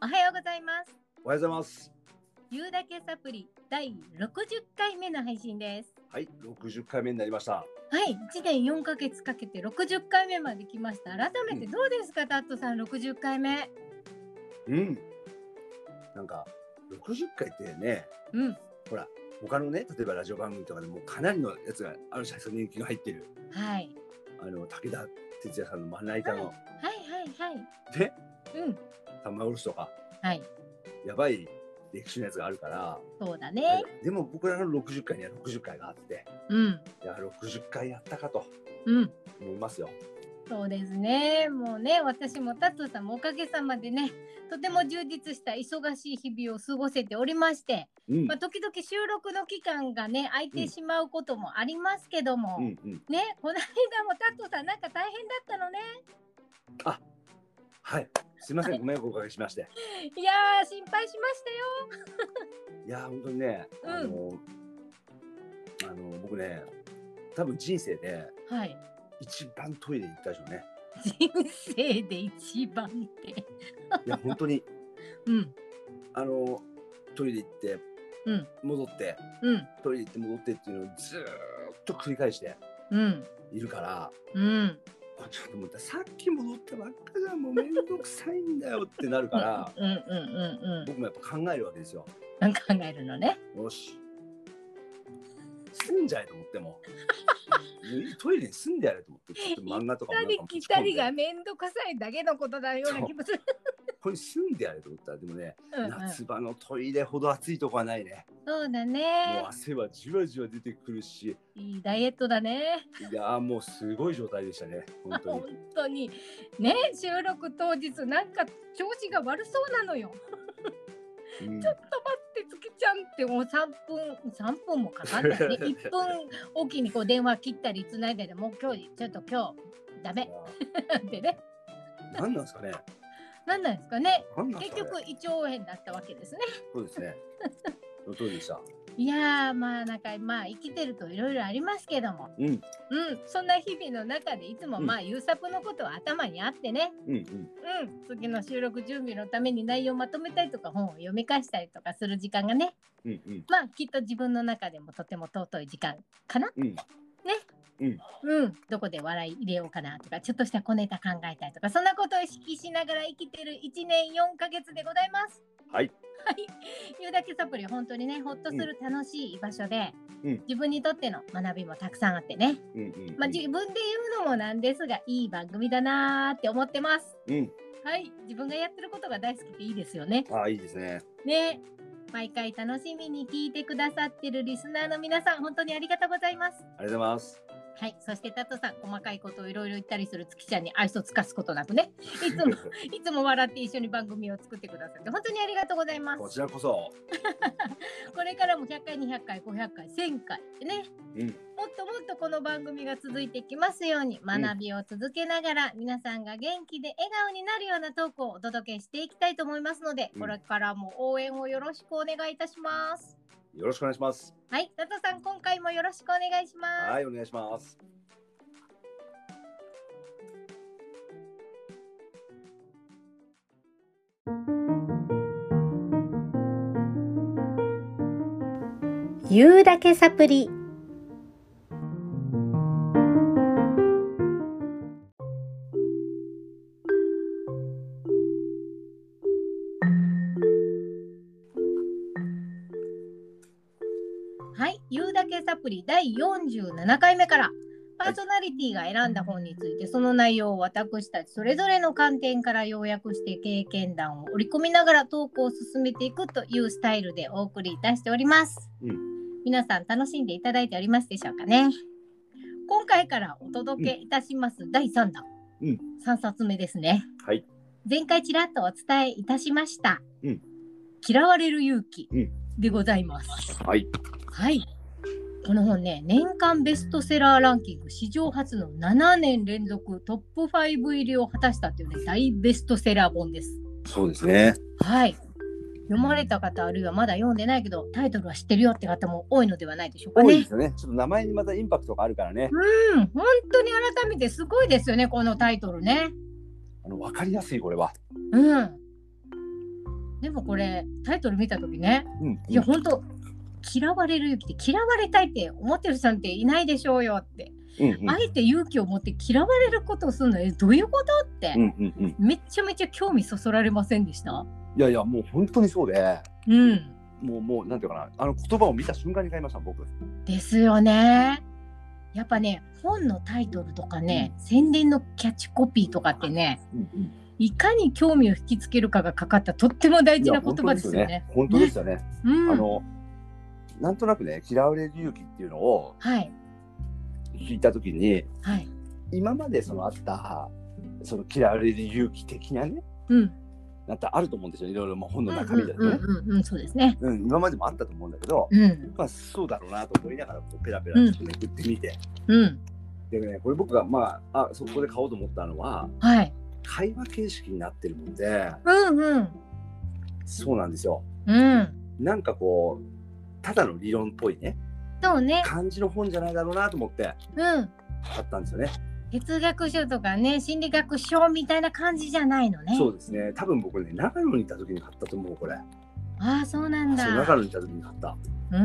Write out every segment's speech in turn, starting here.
おはようございます。 おはようございます。 言うだけサプリ第60回目の配信です。 はい、60回目になりました。 はい、1年4ヶ月かけて60回目まで来ました。改めてどうですか、タットさん、60回目。 なんか60回ってね、ほら他のね、例えばラジオ番組とかでもかなりのやつがあるじゃないですか、年季が入ってる。 はい。 武田鉄矢さんのまな板の。 はい。 で、玉卸とか。 はい。 やばい歴史のやつがあるから。 そうだね。 でも僕らの60回には60回があって。いや、60回やったかと。思いますよ。 そうですね。もうね、私もタットさんもおかげさまでね、とても充実した忙しい日々を過ごせておりまして、時々収録の期間がね空いてしまうこともありますけども、ね、この間もタットさんなんか大変だったのね。 あ、はい。すみません、ご迷惑をおかけしまして。 いやー、心配しましたよ。 いやー、本当にね、僕ね、多分人生で一番トイレ行ったでしょうね。 人生で一番って。いや、本当に。トイレ行って、戻って、トイレ行って戻ってっていうのをずーっと繰り返しているから、ちょっと思った、さっき戻ったばっかじゃん、もうめんどくさいんだよってなるから、僕もやっぱ考えるわけですよ。 考えるのね。 よし、住んじゃえと思ってもトイレに住んでやれと思って、ちょっと漫画とかもなんか来たりがめんどくさいだけのことだような気もする。 ここに住んでやれと思ったら、でもね、夏場のトイレほど暑いとこはないね。 そうだね。 もう汗はじわじわ出てくるし、 いいダイエットだね。 いやー、もうすごい状態でしたね、本当に。 本当にね、収録当日なんか調子が悪そうなのよ。ちょっと待って、月ちゃんってもう3分もかかんないね。1分おきにこう電話切ったりつないで、もう今日ダメってね。 何なんですかね。 何なんですかね。結局胃腸炎だったわけですね。 そうですね。その通りでした。 いやー、なんか生きてるといろいろありますけども、そんな日々の中でいつもゆうさぷのことは頭にあってね、次の収録準備のために内容をまとめたりとか本を読み返したりとかする時間がね、きっと自分の中でもとても尊い時間かな、ね。どこで笑い入れようかなとか、ちょっとした小ネタ考えたりとか、そんなことを意識しながら生きてる1年4ヶ月でございます。 はい。 言うだけサプリ、本当にね、ほっとする楽しい居場所で、自分にとっての学びもたくさんあってね、自分で言うのもなんですが、いい番組だなーって思ってます。はい、自分がやってることが大好きでいいですよね。 いいですね。 ね、毎回楽しみに聞いてくださってるリスナーの皆さん、本当にありがとうございます。 ありがとうございます。 はい、そしてタットさん、細かいことをいろいろ言ったりする月ちゃんに愛想つかすことなくね、いつも笑って一緒に番組を作ってくださって本当にありがとうございます。 こちらこそ。 これからも100回、200回、500回、1000回ってね、もっともっとこの番組が続いていきますように、学びを続けながら、皆さんが元気で笑顔になるようなトークをお届けしていきたいと思いますので、これからも応援をよろしくお願いいたします。 よろしくお願いします。 はい、タットさん、今回もよろしくお願いします。 はい、お願いします。 言うだけサプリ。はい、言うだけサプリ第47回目から、パーソナリティが選んだ本について、その内容を私たちそれぞれの観点から要約して経験談を織り込みながらトークを進めていくというスタイルでお送りいたしております。皆さん楽しんでいただいておりますでしょうかね。今回からお届けいたします第3弾、3冊目ですね。前回ちらっとお伝えいたしました、嫌われる勇気でございます。はい、この本ね、年間ベストセラーランキング史上初の7年連続トップ5入りを果たしたというね、大ベストセラー本です。 そうですね。 はい。読まれた方、あるいはまだ読んでないけどタイトルは知ってるよって方も多いのではないでしょうかね。 多いですよね。ちょっと名前にまたインパクトがあるからね。 本当に改めてすごいですよね、このタイトルね。 わかりやすい、これは。 でもこれタイトル見た時ね、いや本当嫌われる勇気って嫌われたいって思ってる人なんていないでしょうよって、あえて勇気を持って嫌われることをするのどういうことって、めちゃめちゃ興味そそられませんでした？ いやもう本当にそうで、もうなんていうかな、言葉を見た瞬間に買いました僕。ですよね。やっぱね、本のタイトルとかね、宣伝のキャッチコピーとかってね、いかに興味を引きつけるかがかかったとっても大事な言葉ですよね。 本当ですよね。なんとなくね、嫌われる勇気っていうのを聞いたときに、今まであったその嫌われる勇気的なね、なんかあると思うんですよ。いろいろ本の中身でね。 そうですね。 今までもあったと思うんだけど、そうだろうなと思いながらペラペラめくってみて、でね、これ僕がそこで買おうと思ったのは、会話形式になってるもんで、そうなんですよ。なんかこうただの理論っぽいね、感じの本じゃないだろうなと思って買ったんですよね。 哲学書とかね、心理学書みたいな感じじゃないのね。 そうですね。多分僕ね、長野にいた時に買ったと思う、これ。 ああ、そうなんだ。 長野にいた時に買った。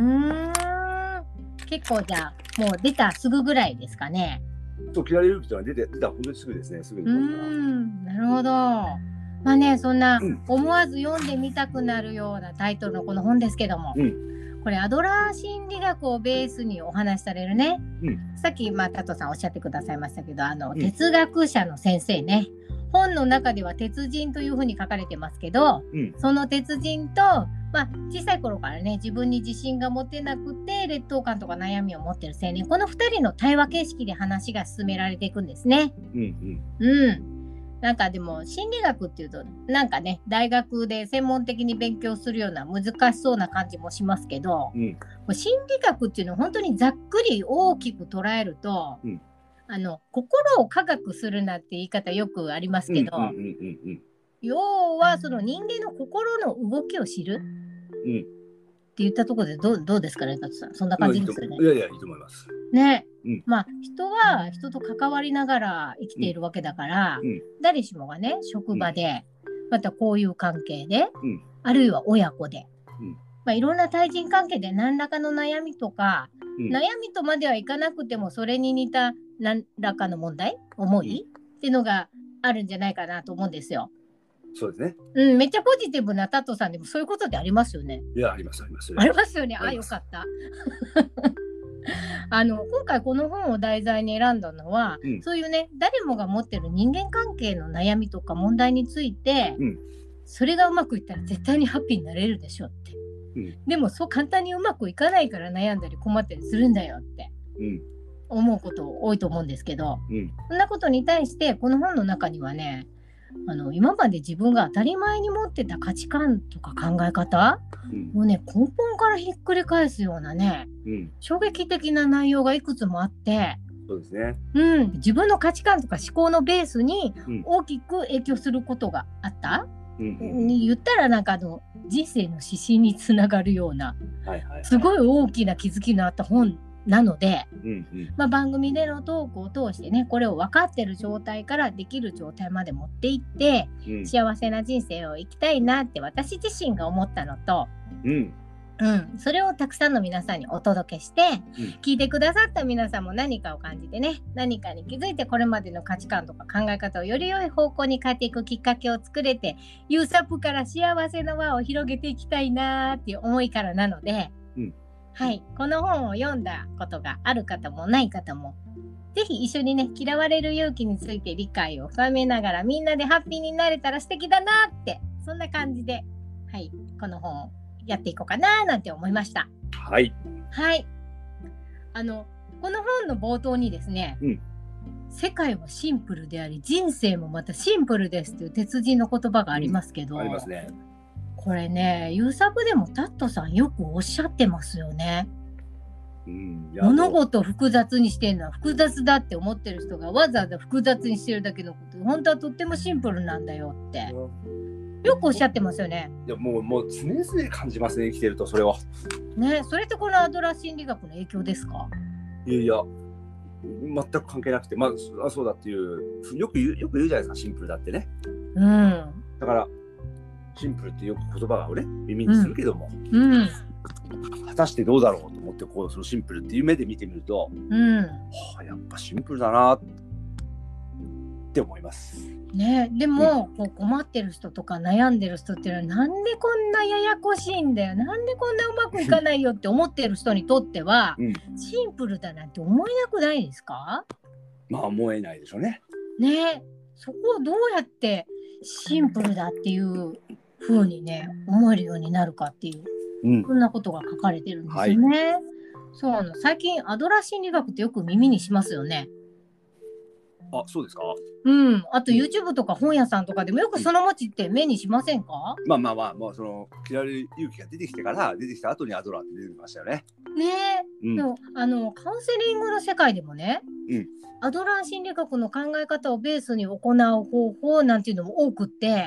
結構じゃあもう出たすぐぐらいですかね。 そう、嫌われる勇気というのは出た本当にすぐですね。すぐに。 なるほど。まあね、そんな思わず読んでみたくなるようなタイトルのこの本ですけども。これアドラー心理学をベースにお話しされるね、さっきタトさんおっしゃってくださいましたけど、哲学者の先生ね、本の中では鉄人というふうに書かれてますけど、その鉄人と、小さい頃からね、自分に自信が持てなくて劣等感とか悩みを持ってる青年、この2人の対話形式で話が進められていくんですね。なんかでも心理学っていうとなんかね、大学で専門的に勉強するような難しそうな感じもしますけど、心理学っていうのは本当にざっくり大きく捉えると、心を科学するなって言い方よくありますけど、要はその人間の心の動きを知る、って言ったところでどうですかね、タツさん。そんな感じですよね。 いやいいと思いますね。人は人と関わりながら生きているわけだから、誰しもがね、職場で、またこういう関係で、あるいは親子で、いろんな対人関係で何らかの悩みとか、悩みとまではいかなくてもそれに似た何らかの問題、思いっていうのがあるんじゃないかなと思うんですよ。 そうですね。 めっちゃポジティブなタトさんでもそういうことってありますよね。 いや、ありますあります。 ありますよね。よかった。今回この本を題材に選んだのは、そういうね、誰もが持ってる人間関係の悩みとか問題について、それがうまくいったら絶対にハッピーになれるでしょって、でもそう簡単にうまくいかないから悩んだり困ったりするんだよって、思うこと多いと思うんですけど、そんなことに対してこの本の中にはね、今まで自分が当たり前に持ってた価値観とか考え方をね、根本からひっくり返すようなね、衝撃的な内容がいくつもあって、 そうですね。 自分の価値観とか思考のベースに大きく影響することがあった、言ったらなんか人生の指針につながるような、すごい大きな気づきのあった本なので、番組でのトークを通してね、これを分かってる状態からできる状態まで持っていって、幸せな人生を生きたいなって私自身が思ったのと、それをたくさんの皆さんにお届けして、聞いてくださった皆さんも何かを感じてね、何かに気づいてこれまでの価値観とか考え方をより良い方向に変えていくきっかけを作れて、ユーサップから幸せの輪を広げていきたいなっていう思いからなので、この本を読んだことがある方もない方も、ぜひ一緒にね、嫌われる勇気について理解を深めながらみんなでハッピーになれたら素敵だなって、そんな感じで、この本をやっていこうかななんて思いました。この本の冒頭にですね、世界はシンプルであり人生もまたシンプルですという鉄人の言葉がありますけど、 ありますね。 これね、ユーサブでもタットさんよくおっしゃってますよね。物事を複雑にしてるのは複雑だって思ってる人がわざわざ複雑にしてるだけのこと、本当はとってもシンプルなんだよってよくおっしゃってますよね。 いや、もう常々感じますね、生きてると。それはね。それってこのアドラー心理学の影響ですか？ いや全く関係なくて、そうだっていうよく言うじゃないですか、シンプルだってね。だからシンプルってよく言葉が俺耳にするけども、果たしてどうだろうと思ってそのシンプルっていう目で見てみると、やっぱシンプルだなって思いますね。でも、こう困ってる人とか悩んでる人っていうのはなんでこんなややこしいんだよ、なんでこんなうまくいかないよって思ってる人にとっては、シンプルだなんて思えなくないですか？ まあ思えないでしょうね。 ね、そこをどうやってシンプルだっていう風にね思えるようになるかっていう、そんなことが書かれてるんですよね。そう最近アドラー心理学ってよく耳にしますよね。 あ、そうですか。 あと YouTube とか本屋さんとかでもよくその文字って目にしませんか？ まあその嫌われる勇気が出てきた後にアドラーって出てきましたよね。 でもカウンセリングの世界でもね、アドラー心理学の考え方をベースに行う方法なんていうのも多くって、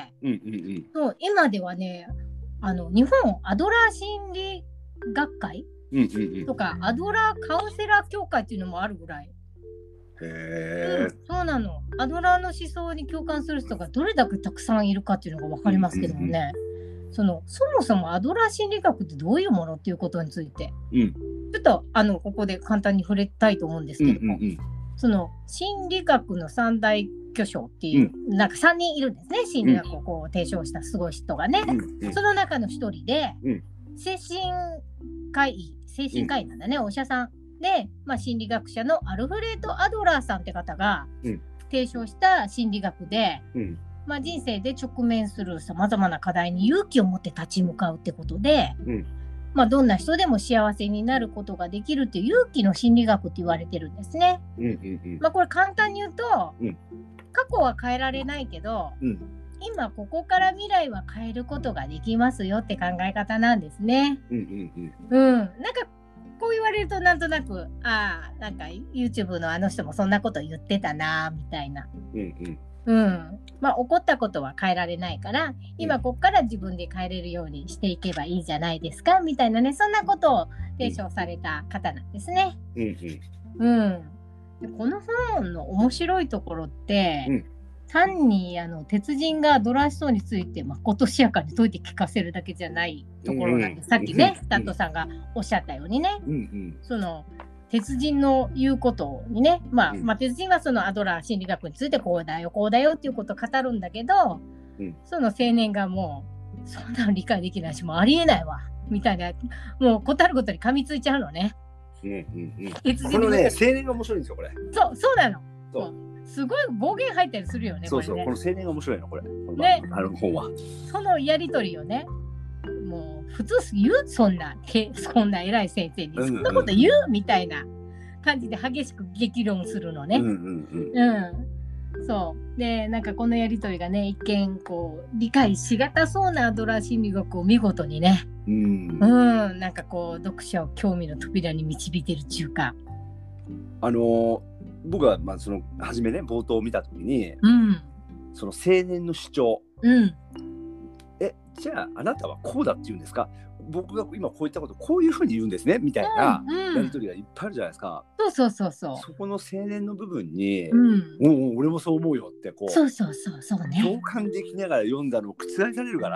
今ではね、日本アドラー心理学会とか、アドラーカウンセラー協会っていうのもあるぐらい。そうなの。アドラーの思想に共感する人がどれだけたくさんいるかっていうのが分かりますけどもね、そもそもアドラー心理学ってどういうものっていうことについて、ちょっとここで簡単に触れたいと思うんですけども、その心理学の三大巨匠っていう、なんか3人いるんですね。心理学をこう提唱したすごい人がね、その中の一人で、精神科医なんだね、お医者さんで、心理学者のアルフレッド・アドラーさんって方が提唱した心理学で、人生で直面するさまざまな課題に勇気を持って立ち向かうってことで、どんな人でも幸せになることができるっていう勇気の心理学って言われてるんですね。これ簡単に言うと、過去は変えられないけど、今ここから未来は変えることができますよって考え方なんですね。なんかこう言われるとなんとなく、なんか YouTube のあの人もそんなこと言ってたなみたいな。起こったことは変えられないから、今ここから自分で変えれるようにしていけばいいじゃないですかみたいなね、そんなことを提唱された方なんですね。でこの本の面白いところって、単に鉄人がアドラー思想についてまことしやかに説いて聞かせるだけじゃないところなんで、さっきねタットさんがおっしゃったようにね、その鉄人の言うことにね、鉄人はそのアドラー心理学についてこうだよっていうことを語るんだけど、その青年がもうそんなの理解できないし、もうありえないわみたいな、もう答えることに噛みついちゃうのね。このね青年が面白いんですよこれ。 そうなの。すごい暴言入ったりするよね。 この青年が面白いのこれ。ね、本は。 そのやりとりをね、もう普通言うそんな偉い先生にそんなこと言うみたいな感じで激しく激論するのね。そうで、なんかこのやりとりがね、一見こう理解しがたそうなアドラー心理学を見事にね、なんかこう読者を興味の扉に導いてる中華。 僕はその初めね冒頭を見た時に、その青年の主張、じゃああなたはこうだって言うんですか、僕が今こういったことこういうふうに言うんですねみたいなやり取りがいっぱいあるじゃないですか。そこの青年の部分に、俺もそう思うよってこう共感できながら読んだのを覆されるから、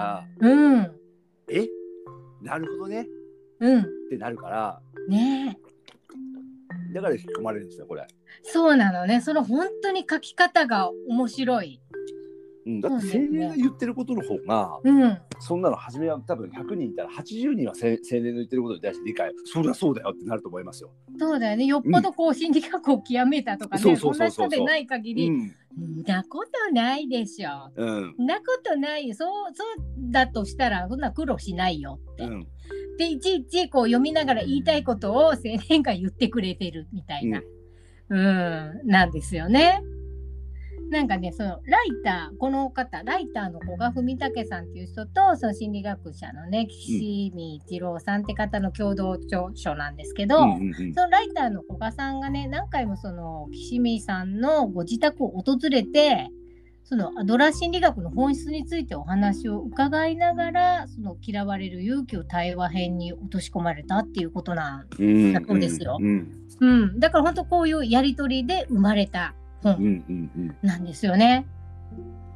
なるほどね、ってなるからね。だから引き込まれるんですよこれ。 そうなのね。その本当に書き方が面白い。 だって青年が言ってることの方が、そんなの初めは多分100人いたら80人は青年の言ってることに対して理解、そりゃそうだよってなると思いますよ。 そうだよね。よっぽどこう心理学を極めたとかね、そんな人でない限り、んなことないでしょ。んなことないよ。そうだとしたらそんな苦労しないよって。でいちいちこう読みながら言いたいことを青年が言ってくれてるみたいな、なんですよね。なんかね、そのこの方ライターの古賀文武さんっていう人と、その心理学者のね岸見一郎さんって方の共同著書なんですけど、そのライターの古賀さんがね、何回もその岸見さんのご自宅を訪れて、そのアドラー心理学の本質についてお話を伺いながら、その嫌われる勇気を対話編に落とし込まれたっていうことなんだそうですよ。だから本当こういうやり取りで生まれた本なんですよね。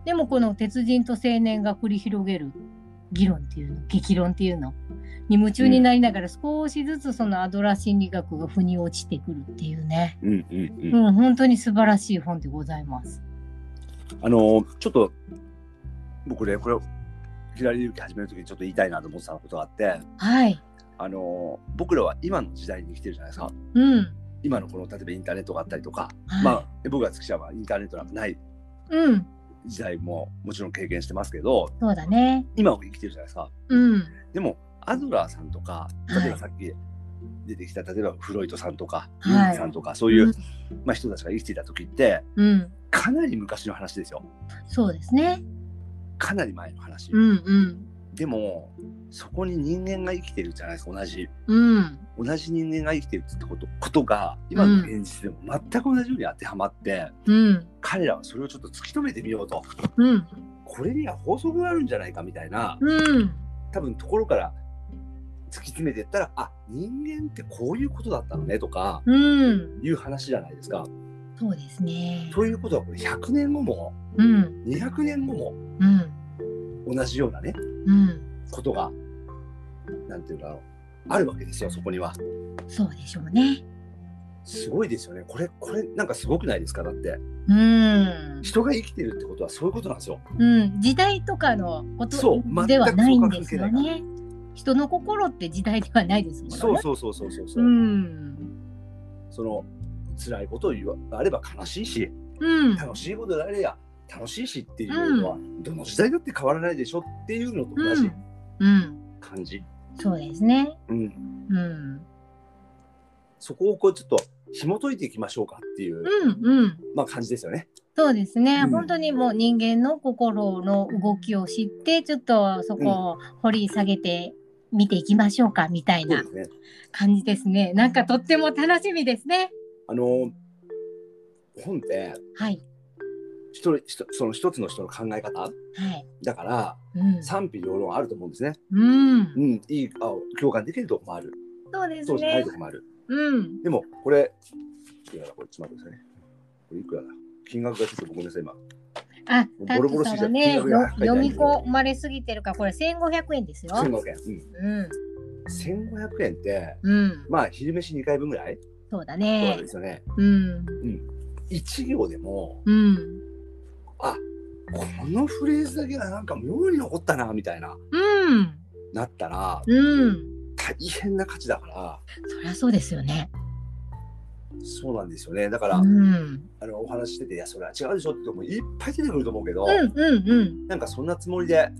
でもこの鉄人と青年が繰り広げる議論っていうの、激論っていうのに夢中になりながら、少しずつそのアドラー心理学が腑に落ちてくるっていうね、本当に素晴らしい本でございます。 ちょっと僕ね、これ左勇気始めるときにちょっと言いたいなと思ってたことがあって、 はい、 僕らは今の時代に生きてるじゃないですか。今のこの例えばインターネットがあったりとか、はい、僕が月ちゃんはインターネットなんかない時代ももちろん経験してますけど、 そうだね、 今を生きてるじゃないですか。でもアドラーさんとか、例えばさっき出てきた、例えばフロイトさんとかユングさんとか、そういう、人たちが生きていた時って、かなり昔の話ですよ。 そうですね。 かなり前の話。でもそこに人間が生きてるじゃないですか。同じ人間が生きてるってことが今の現実でも全く同じように当てはまって、彼らはそれをちょっと突き止めてみようと、これには法則があるんじゃないかみたいな、多分ところから突き詰めていったら、あ、人間ってこういうことだったのねとか、いう話じゃないですか。 そうですね。 ということはこれ100年後も、200年後も、同じようなね、ことがなんていうんだろう、あるわけですよ、そこには。 そうでしょうね。 すごいですよね。これなんかすごくないですか。だって人が生きてるってことはそういうことなんですよ。 時代とかのことではないんですよね。人の心って時代ではないですもんね。そう。その辛いことがあれば悲しいし、楽しいことであれば楽しいしっていうのは、どの時代だって変わらないでしょっていうのと同じ感じ。 そうですね。 そこをこうちょっと紐解いていきましょうかっていう、感じですよね。 そうですね、本当にもう人間の心の動きを知って、ちょっとそこを掘り下げて見ていきましょうかみたいな感じですね。なんかとっても楽しみですね。 本って、その一つの人の考え方、だから、賛否両論あると思うんですね。いい共感できるとこもある。 そうですね。 そうじゃないとこもある。でもこれいくらだ、これちょっと待ってくださいね。これいくらだ。金額がちょっとごめんなさい今。 ボロボロしてね、読み込まれすぎてるから、これ1500円ですよ。 1500円。1500円って、昼飯2回分ぐらい。 そうだね。 そうですよね。1行でも、あ、このフレーズだけがなんか妙に残ったなみたいな、なったら、大変な価値だから。 そりゃそうですよね。 そうなんですよね。だから、お話してて、いやそれは違うでしょってとこもいっぱい出てくると思うけど、なんかそんなつもりで、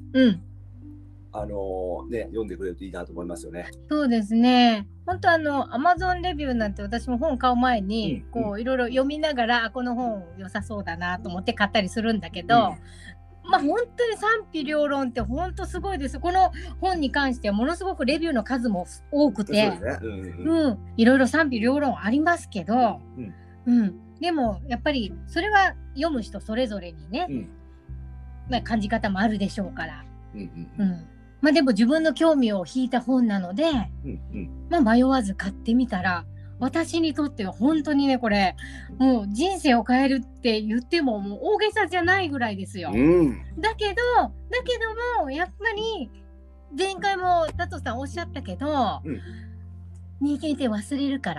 読んでくれるといいなと思いますよね。 そうですね。本当Amazon レビューなんて、私も本買う前にこういろいろ読みながら、この本良さそうだなと思って買ったりするんだけど、本当に賛否両論って本当すごいです。この本に関してはものすごくレビューの数も多くて、いろいろ賛否両論ありますけど、でもやっぱりそれは読む人それぞれにね、感じ方もあるでしょうから。でも自分の興味を引いた本なので、迷わず買ってみたら、私にとっては本当にね、これもう人生を変えるって言ってももう大げさじゃないぐらいですよ。だけどもやっぱり前回もタトさんおっしゃったけど、人間って忘れるから、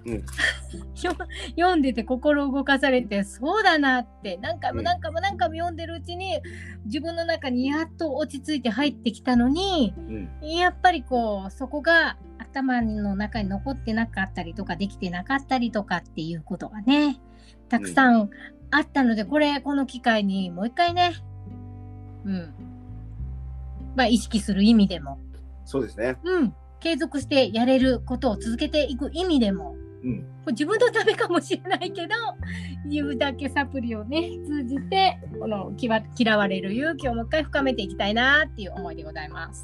読んでて心動かされて、そうだなって何回も読んでるうちに自分の中にやっと落ち着いて入ってきたのに、やっぱりこうそこが頭の中に残ってなかったりとか、できてなかったりとかっていうことがね、たくさんあったので、この機会にもう一回ね、意識する意味でも、 そうですね、 継続してやれることを続けていく意味でも、これ自分のためかもしれないけど、言うだけサプリをね通じて、この嫌われる勇気をもう一回深めていきたいなっていう思いでございます。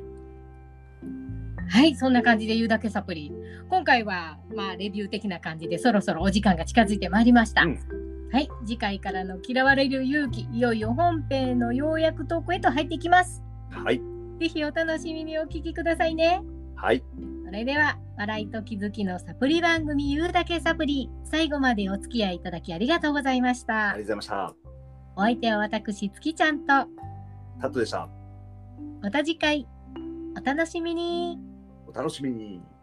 はい、そんな感じで言うだけサプリ、今回はレビュー的な感じで、そろそろお時間が近づいてまいりました。はい、次回からの嫌われる勇気、いよいよ本編の要約トークへと入っていきます。ぜひお楽しみにお聞きくださいね。それでは、笑いと気づきのサプリ番組、言うだけサプリ、最後までお付き合いいただきありがとうございました。 ありがとうございました。 お相手は私、月ちゃんとタットでした。 また次回お楽しみに。 お楽しみに。